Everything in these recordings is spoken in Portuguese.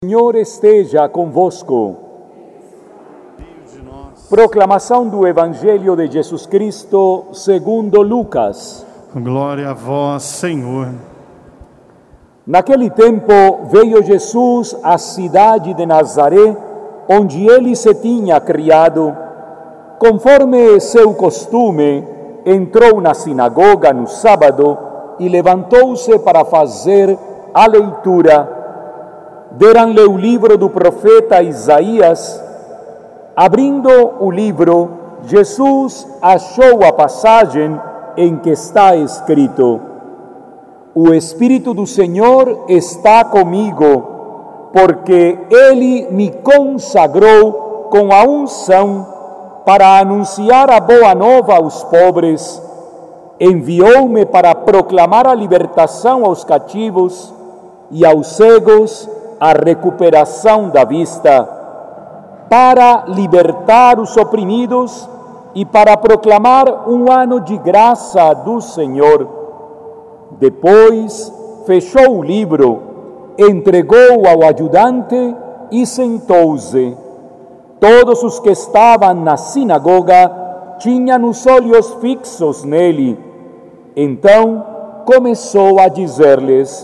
Senhor esteja convosco. Proclamação do Evangelho de Jesus Cristo segundo Lucas. Glória a vós, Senhor. Naquele tempo veio Jesus à cidade de Nazaré, onde ele se tinha criado. Conforme seu costume, entrou na sinagoga no sábado e levantou-se para fazer a leitura. Deram-lhe o livro do profeta Isaías. Abrindo o livro, Jesus achou a passagem em que está escrito: O Espírito do Senhor está comigo, porque Ele me consagrou com a unção para anunciar a boa nova aos pobres. Enviou-me para proclamar a libertação aos cativos e aos cegos a recuperação da vista, para libertar os oprimidos e para proclamar um ano de graça do Senhor. Depois fechou o livro, entregou ao ajudante e sentou-se. Todos os que estavam na sinagoga tinham os olhos fixos nele. Então começou a dizer-lhes: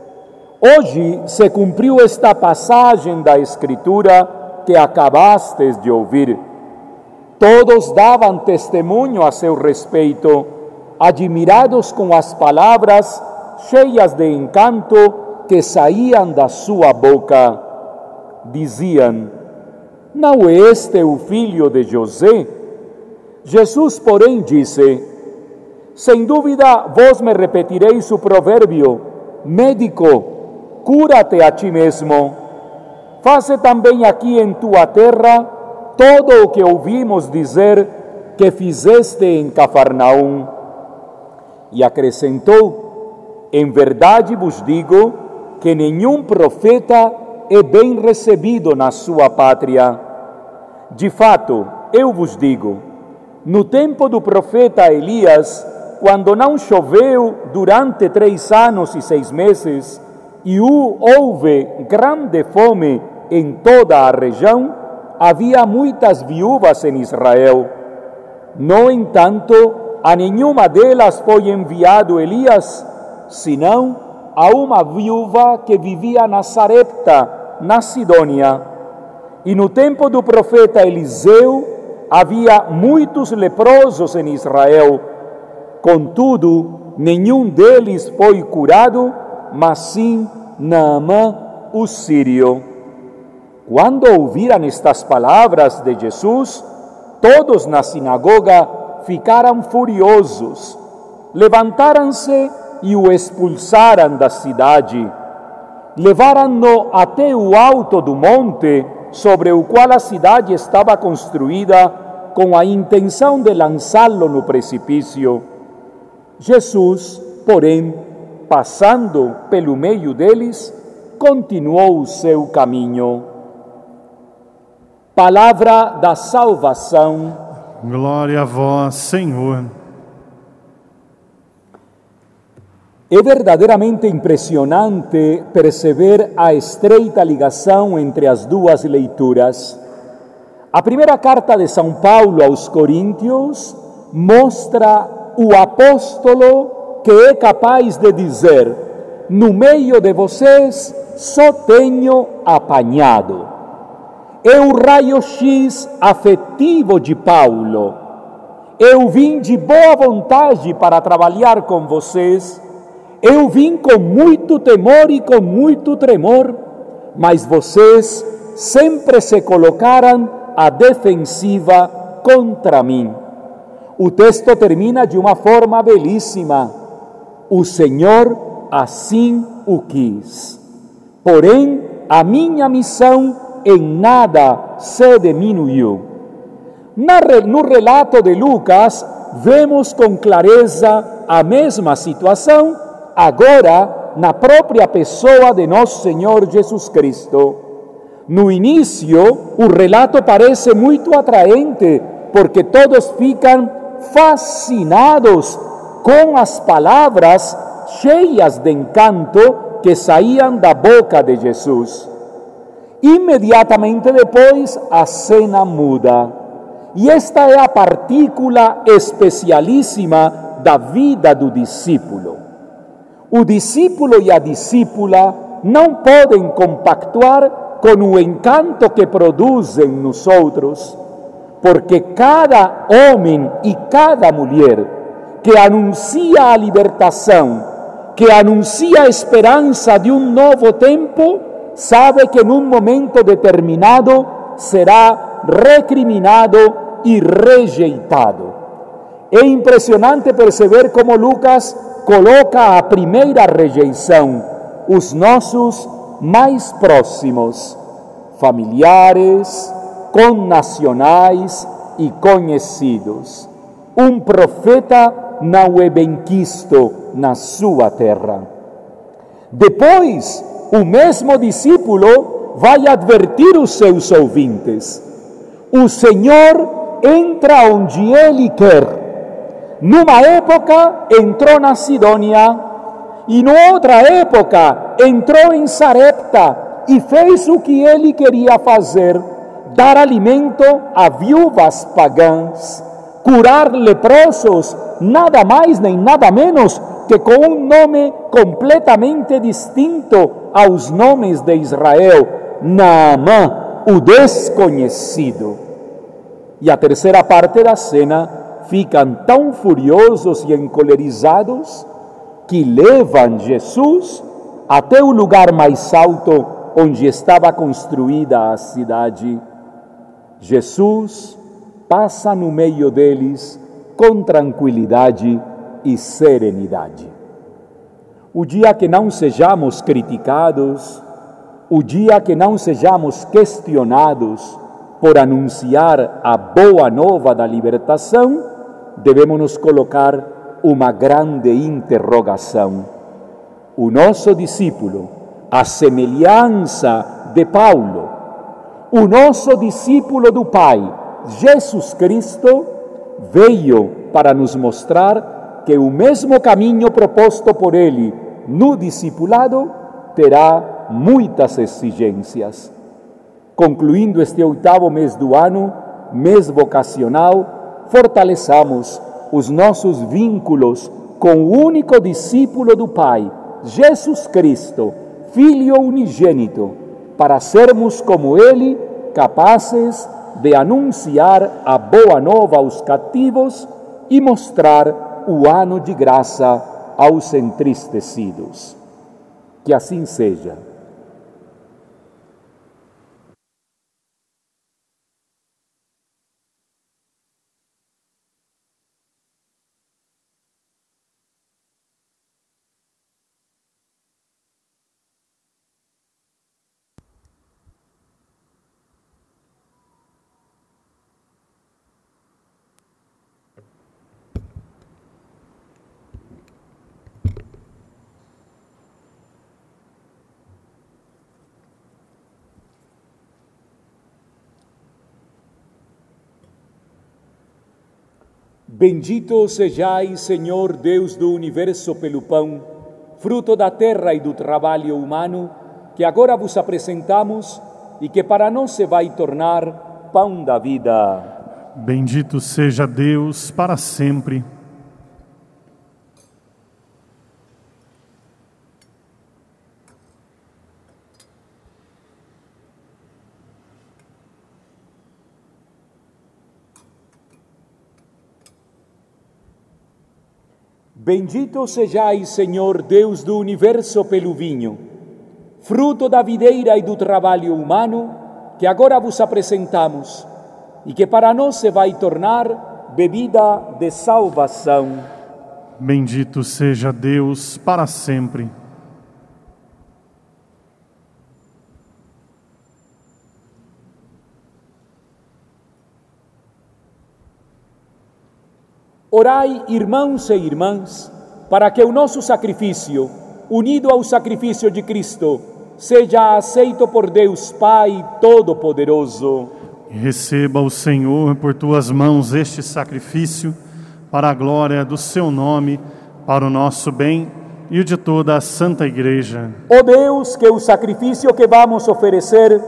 Hoje se cumpriu esta passagem da Escritura que acabastes de ouvir. Todos davam testemunho a seu respeito, admirados com as palavras cheias de encanto que saíam da sua boca. Diziam: Não é este o filho de José? Jesus, porém, disse: Sem dúvida vós me repetireis o provérbio: Médico, cura-te a ti mesmo. Faze também aqui em tua terra todo o que ouvimos dizer que fizeste em Cafarnaum. E acrescentou: Em verdade vos digo que nenhum profeta é bem recebido na sua pátria. De fato, eu vos digo, no tempo do profeta Elias, quando não choveu durante 3 anos e 6 meses, e houve grande fome em toda a região, havia muitas viúvas em Israel. No entanto, a nenhuma delas foi enviado Elias, senão a uma viúva que vivia na Sarepta, na Sidônia. E no tempo do profeta Eliseu, havia muitos leprosos em Israel. Contudo, nenhum deles foi curado, mas sim Naamã, o sírio. Quando ouviram estas palavras de Jesus, todos na sinagoga ficaram furiosos. Levantaram-se e o expulsaram da cidade. Levaram-no até o alto do monte sobre o qual a cidade estava construída, com a intenção de lançá-lo no precipício. Jesus, porém, passando pelo meio deles, continuou o seu caminho. Palavra da salvação. Glória a vós, Senhor. É verdadeiramente impressionante perceber a estreita ligação entre as duas leituras. A primeira carta de São Paulo aos Coríntios mostra o apóstolo que é capaz de dizer: no meio de vocês só tenho apanhado. É o raio-x afetivo de Paulo. Eu vim de boa vontade para trabalhar com vocês. Eu vim com muito temor e com muito tremor, mas vocês sempre se colocaram à defensiva contra mim. O texto termina de uma forma belíssima. O Senhor assim o quis. Porém, a minha missão em nada se diminuiu. No relato de Lucas, vemos com clareza a mesma situação, agora na própria pessoa de nosso Senhor Jesus Cristo. No início, o relato parece muito atraente, porque todos ficam fascinados com as palavras cheias de encanto que saíam da boca de Jesus. Imediatamente depois, a cena muda. E esta é a partícula especialíssima da vida do discípulo. O discípulo e a discípula não podem compactuar com o encanto que produzem nos outros, porque cada homem e cada mulher que anuncia a libertação, que anuncia a esperança de um novo tempo, sabe que num momento determinado será recriminado e rejeitado. É impressionante perceber como Lucas coloca a primeira rejeição, os nossos mais próximos, familiares, connacionais e conhecidos. Um profeta não é benquisto na sua terra. Depois, o mesmo discípulo vai advertir os seus ouvintes. O Senhor entra onde Ele quer. Numa época entrou na Sidônia e noutra época entrou em Sarepta e fez o que Ele queria fazer: dar alimento a viúvas pagãs, curar leprosos, nada mais nem nada menos que com um nome completamente distinto aos nomes de Israel: Naamã, o desconhecido. E a terceira parte da cena ficam tão furiosos e encolerizados que levam Jesus até o lugar mais alto onde estava construída a cidade. Jesus passa no meio deles com tranquilidade e serenidade. O dia que não sejamos criticados, o dia que não sejamos questionados por anunciar a boa nova da libertação, devemos nos colocar uma grande interrogação. O nosso discípulo, a semelhança de Paulo, o nosso discípulo do Pai, Jesus Cristo, veio para nos mostrar que o mesmo caminho proposto por Ele no discipulado terá muitas exigências. Concluindo este 8º mês do ano, mês vocacional, fortaleçamos os nossos vínculos com o único discípulo do Pai, Jesus Cristo, Filho unigênito, para sermos como Ele, capazes de anunciar a boa nova aos cativos e mostrar o ano de graça aos entristecidos. Que assim seja. Bendito sejais, Senhor Deus do universo, pelo pão, fruto da terra e do trabalho humano, que agora vos apresentamos e que para nós se vai tornar pão da vida. Bendito seja Deus para sempre. Bendito sejais, Senhor Deus do universo, pelo vinho, fruto da videira e do trabalho humano, que agora vos apresentamos e que para nós se vai tornar bebida de salvação. Bendito seja Deus para sempre. Orai, irmãos e irmãs, para que o nosso sacrifício, unido ao sacrifício de Cristo, seja aceito por Deus Pai Todo-Poderoso. Receba o Senhor por tuas mãos este sacrifício, para a glória do seu nome, para o nosso bem e o de toda a Santa Igreja. Ó Deus, que o sacrifício que vamos oferecer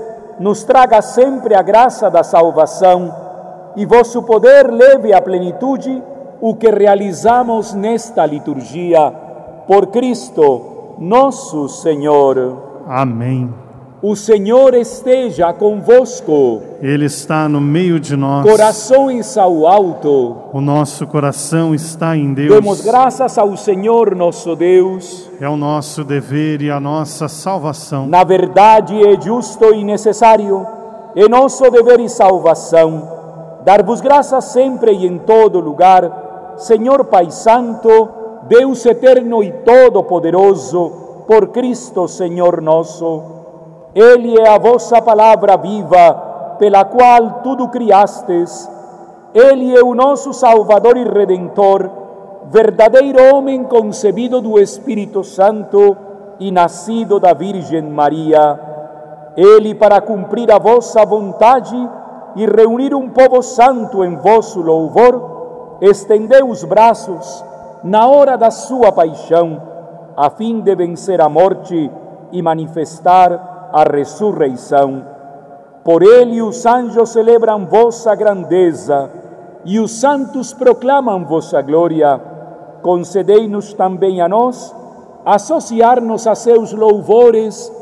nos traga sempre a graça da salvação e vosso poder leve à plenitude o que realizamos nesta liturgia. Por Cristo, nosso Senhor. Amém. O Senhor esteja convosco. Ele está no meio de nós. Corações ao alto. O nosso coração está em Deus. Demos graças ao Senhor nosso Deus. É o nosso dever e a nossa salvação. Na verdade é justo e necessário, é nosso dever e salvação, dar-vos graças sempre e em todo lugar, Senhor Pai Santo, Deus eterno e todo-poderoso, por Cristo Senhor nosso. Ele é a vossa palavra viva, pela qual tudo criastes. Ele é o nosso Salvador e Redentor, verdadeiro homem concebido do Espírito Santo e nascido da Virgem Maria. Ele, para cumprir a vossa vontade e reunir um povo santo em vosso louvor, estendeu os braços na hora da sua paixão, a fim de vencer a morte e manifestar a ressurreição. Por ele os anjos celebram vossa grandeza e os santos proclamam vossa glória. Concedei-nos também a nós associar-nos a seus louvores,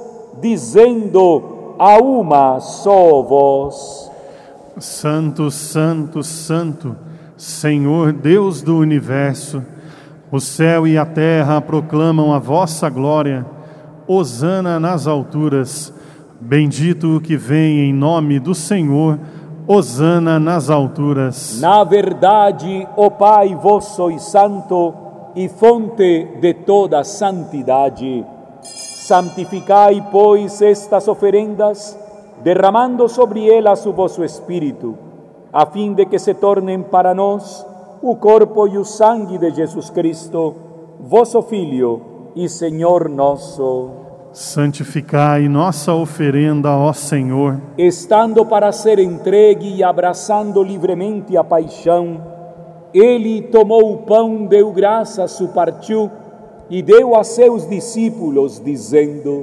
dizendo a uma só voz: Santo, Santo, Santo, Senhor Deus do universo, o céu e a terra proclamam a vossa glória. Hosana nas alturas, bendito o que vem em nome do Senhor, hosana nas alturas. Na verdade, ó Pai, vós sois santo e fonte de toda santidade. Santificai, pois, estas oferendas, derramando sobre elas o vosso Espírito, a fim de que se tornem para nós o corpo e o sangue de Jesus Cristo, vosso Filho e Senhor nosso. Santificai nossa oferenda, ó Senhor. Estando para ser entregue e abraçando livremente a paixão, ele tomou o pão, deu graças, o partiu e deu a seus discípulos, dizendo: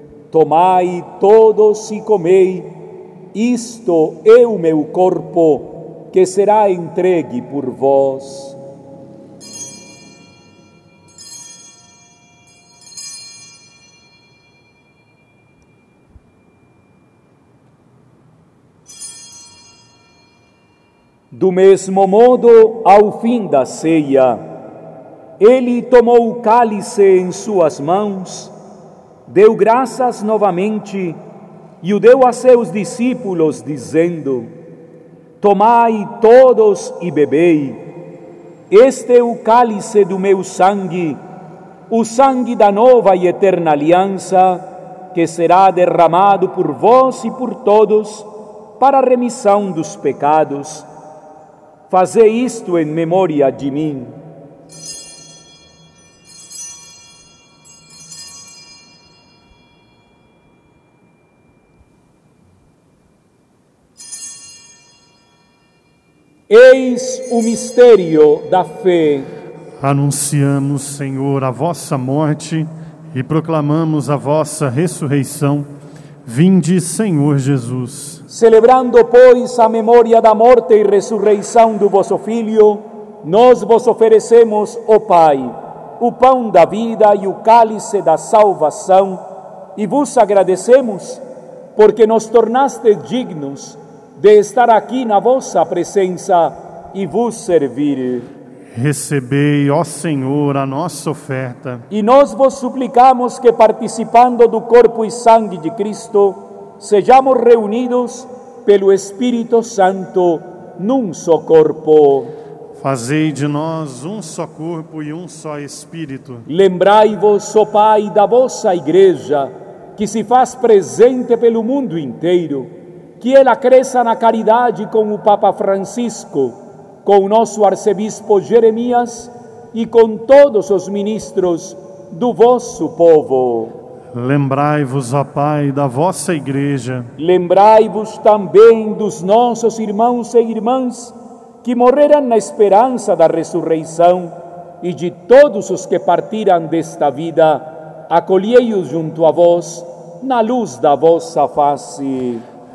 Tomai todos e comei, isto é o meu corpo, que será entregue por vós. Do mesmo modo, ao fim da ceia, ele tomou o cálice em suas mãos, deu graças novamente e o deu a seus discípulos, dizendo: Tomai todos e bebei, este é o cálice do meu sangue, o sangue da nova e eterna aliança, que será derramado por vós e por todos para a remissão dos pecados. Fazei isto em memória de mim. Eis o mistério da fé. Anunciamos, Senhor, a vossa morte e proclamamos a vossa ressurreição. Vinde, Senhor Jesus. Celebrando, pois, a memória da morte e ressurreição do vosso Filho, nós vos oferecemos, ó Pai, o pão da vida e o cálice da salvação, e vos agradecemos, porque nos tornastes dignos de estar aqui na vossa presença e vos servir. Recebei, ó Senhor, a nossa oferta. E nós vos suplicamos que, participando do corpo e sangue de Cristo, sejamos reunidos pelo Espírito Santo num só corpo. Fazei de nós um só corpo e um só Espírito. Lembrai-vos, ó Pai, da vossa Igreja, que se faz presente pelo mundo inteiro, que ela cresça na caridade com o Papa Francisco, com o nosso arcebispo Jeremias e com todos os ministros do vosso povo. Lembrai-vos, ó Pai, da vossa Igreja. Lembrai-vos também dos nossos irmãos e irmãs que morreram na esperança da ressurreição e de todos os que partiram desta vida. Acolhei-os junto a vós, na luz da vossa face.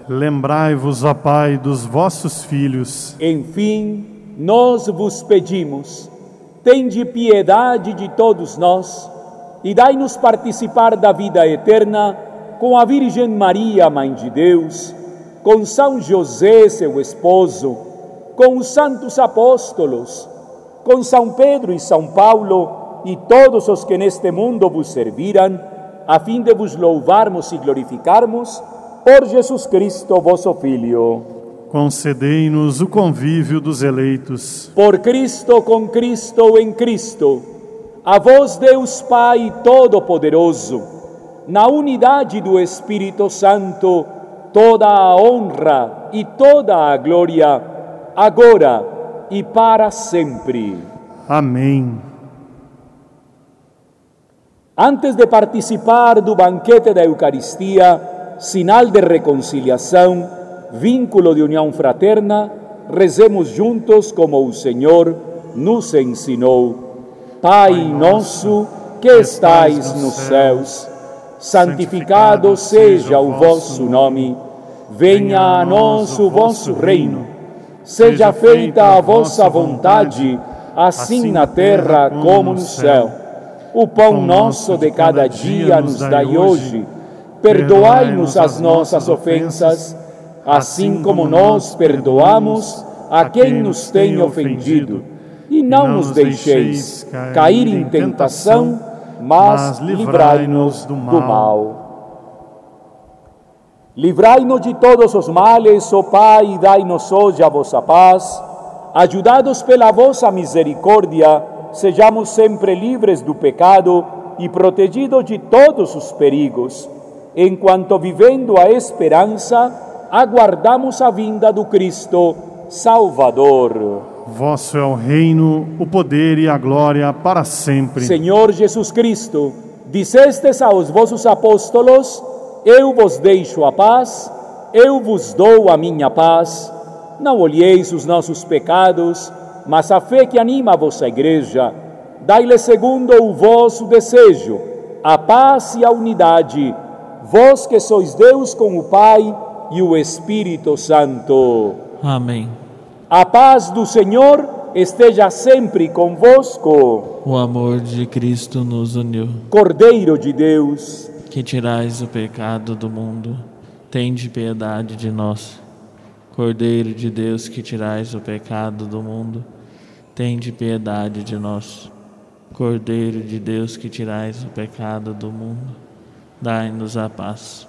Lembrai-vos, ó Pai, dos vossos filhos. Enfim, nós vos pedimos, tende piedade de todos nós e dai-nos participar da vida eterna com a Virgem Maria, Mãe de Deus, com São José, seu esposo, com os santos apóstolos, com São Pedro e São Paulo e todos os que neste mundo vos serviram, a fim de vos louvarmos e glorificarmos, por Jesus Cristo, vosso Filho. Concedei-nos o convívio dos eleitos. Por Cristo, com Cristo, em Cristo, a vós, Deus Pai Todo-Poderoso, na unidade do Espírito Santo, toda a honra e toda a glória, agora e para sempre. Amém. Antes de participar do banquete da Eucaristia, sinal de reconciliação, vínculo de união fraterna, rezemos juntos como o Senhor nos ensinou. Pai nosso que estais nos céus, santificado seja o vosso nome. Venha a nós o vosso reino. Seja feita a vossa vontade, assim na terra como no céu. O pão nosso de cada dia nos dai hoje. Perdoai-nos as nossas ofensas, assim como nós perdoamos a quem nos tem ofendido. E não nos deixeis cair em tentação, mas livrai-nos do mal. Livrai-nos de todos os males, ó Pai, e dai-nos hoje a vossa paz. Ajudados pela vossa misericórdia, sejamos sempre livres do pecado e protegidos de todos os perigos, enquanto, vivendo a esperança, aguardamos a vinda do Cristo Salvador. Vosso é o reino, o poder e a glória para sempre. Senhor Jesus Cristo, dissestes aos vossos apóstolos: eu vos deixo a paz, eu vos dou a minha paz. Não olheis os nossos pecados, mas a fé que anima a vossa Igreja. Dai-lhe segundo o vosso desejo, a paz e a unidade, vós que sois Deus com o Pai e o Espírito Santo. Amém. A paz do Senhor esteja sempre convosco. O amor de Cristo nos uniu. Cordeiro de Deus, que tirais o pecado do mundo, tende piedade de nós. Cordeiro de Deus, que tirais o pecado do mundo, tende piedade de nós. Cordeiro de Deus, que tirais o pecado do mundo, dai-nos a paz.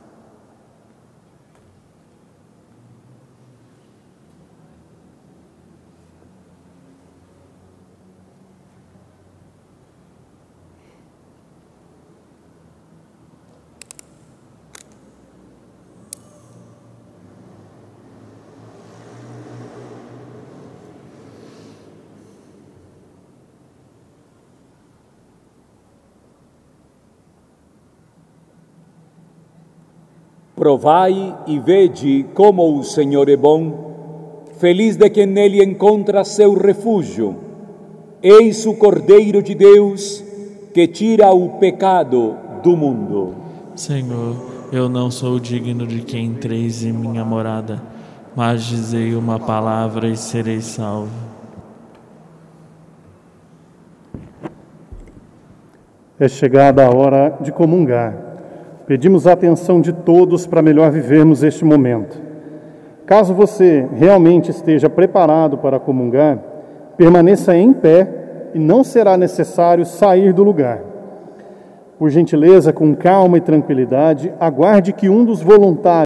provai e vede como o Senhor é bom, feliz de quem nele encontra seu refúgio. Eis o Cordeiro de Deus que tira o pecado do mundo. Senhor, eu não sou digno de que entreis em minha morada, mas dizei uma palavra e serei salvo. É chegada a hora de comungar. Pedimos a atenção de todos para melhor vivermos este momento. Caso você realmente esteja preparado para comungar, permaneça em pé e não será necessário sair do lugar. Por gentileza, com calma e tranquilidade, aguarde que um dos voluntários